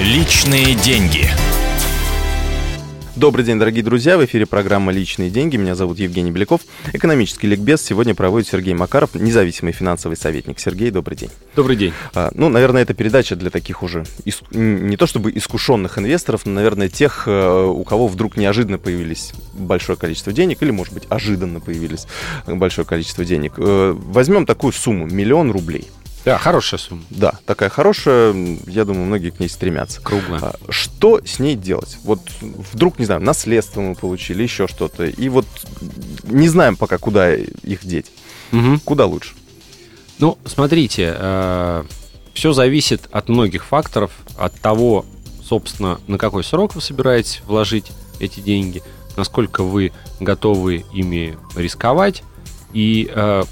Личные деньги. Добрый день, дорогие друзья. В эфире программа «Личные деньги». Меня зовут Евгений Беляков. Экономический ликбез сегодня проводит Сергей Макаров, независимый финансовый советник. Сергей, добрый день. Добрый день. Наверное, это передача для таких уже не то чтобы искушенных инвесторов, но, наверное, тех, у кого вдруг неожиданно появились большое количество денег, или, может быть, ожиданно появились большое количество денег. Возьмем такую сумму, 1 000 000 рублей. Да, хорошая сумма. Да, такая хорошая, я думаю, многие к ней стремятся. Круглая. Что с ней делать? Вот вдруг, не знаю, наследство мы получили, еще что-то, и вот не знаем пока, куда их деть. Угу. Куда лучше? Ну, смотрите, все зависит от многих факторов, от того, собственно, на какой срок вы собираетесь вложить эти деньги, насколько вы готовы ими рисковать, и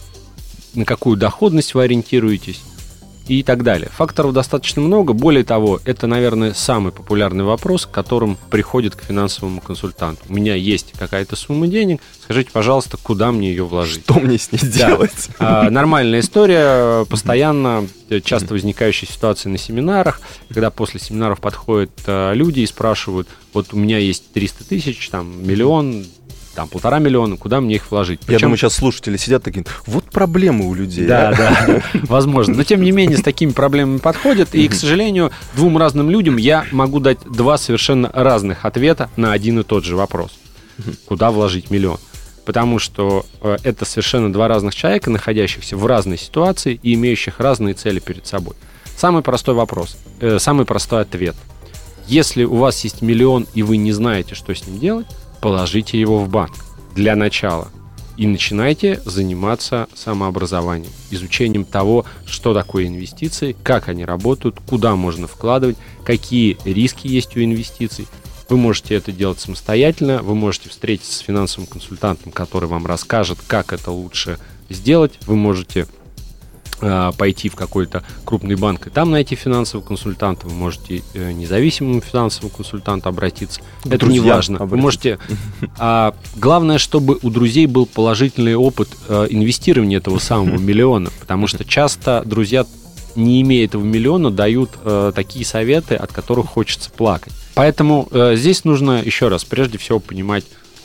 на какую доходность вы ориентируетесь и так далее. Факторов достаточно много. Более того, это, наверное, самый популярный вопрос, к которому приходит к финансовому консультанту. У меня есть какая-то сумма денег, скажите, пожалуйста, куда мне ее вложить? Что мне с ней делать? Нормальная история, постоянно часто возникающая ситуация на семинарах, когда после семинаров подходят люди и спрашивают, вот у меня есть 300 тысяч, там, 1 миллион, там 1,5 миллиона, куда мне их вложить? Причем... Я думаю, сейчас слушатели сидят такие, вот проблемы у людей. Да, возможно. Но, тем не менее, с такими проблемами подходят. И, к сожалению, двум разным людям я могу дать два совершенно разных ответа на один и тот же вопрос. Куда вложить 1 миллион? Потому что это совершенно два разных человека, находящихся в разной ситуации и имеющих разные цели перед собой. Самый простой вопрос, самый простой ответ. Если у вас есть 1 миллион, и вы не знаете, что с ним делать, положите его в банк для начала и начинайте заниматься самообразованием, изучением того, что такое инвестиции, как они работают, куда можно вкладывать, какие риски есть у инвестиций. Вы можете это делать самостоятельно, вы можете встретиться с финансовым консультантом, который вам расскажет, как это лучше сделать. Вы можете пойти в какой-то крупный банк и там найти финансового консультанта, вы можете независимому финансовому консультанту обратиться. Это не важно. Вы можете... Главное, чтобы у друзей был положительный опыт инвестирования этого самого миллиона, потому что часто друзья, не имея этого миллиона, дают такие советы, от которых хочется плакать. Поэтому здесь нужно, еще раз, прежде всего понимать,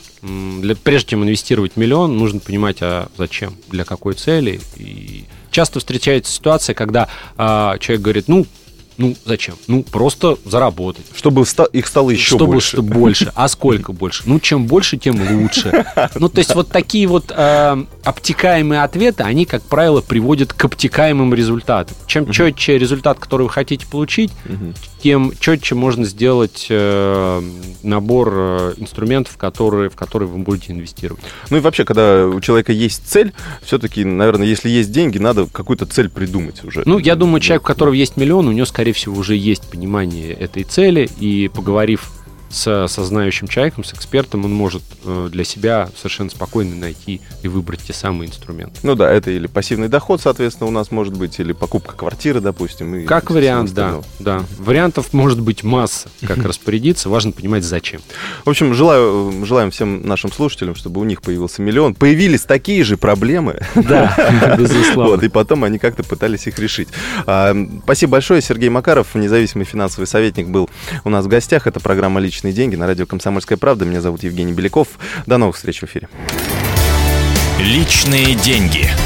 прежде чем инвестировать 1 миллион, нужно понимать, а зачем, для какой цели. И часто встречается ситуация, когда человек говорит, зачем? Просто заработать. Чтобы их стало еще больше. Чтобы больше. А сколько больше? Чем больше, тем лучше. То есть вот такие вот обтекаемые ответы, они, как правило, приводят к обтекаемым результатам. Чем четче результат, который вы хотите получить, тем четче можно сделать набор инструментов, в которые вы будете инвестировать. Ну и вообще, когда у человека есть цель, все-таки, наверное, если есть деньги, надо какую-то цель придумать уже. Я думаю, человек, у которого есть 1 миллион, у него, скорее всего, уже есть понимание этой цели, и поговорив со знающим человеком, с экспертом, он может для себя совершенно спокойно найти и выбрать те самые инструменты. Это или пассивный доход, соответственно, у нас может быть, или покупка квартиры, допустим. И как вариант, да. Вариантов может быть масса, как распорядиться, важно понимать, зачем. В общем, желаем всем нашим слушателям, чтобы у них появился 1 миллион. Появились такие же проблемы. Да, безусловно. И потом они как-то пытались их решить. Спасибо большое. Сергей Макаров, независимый финансовый советник, был у нас в гостях. Это программа «Личные деньги» на радио «Комсомольская правда». Меня зовут Евгений Беляков. До новых встреч в эфире. Личные деньги.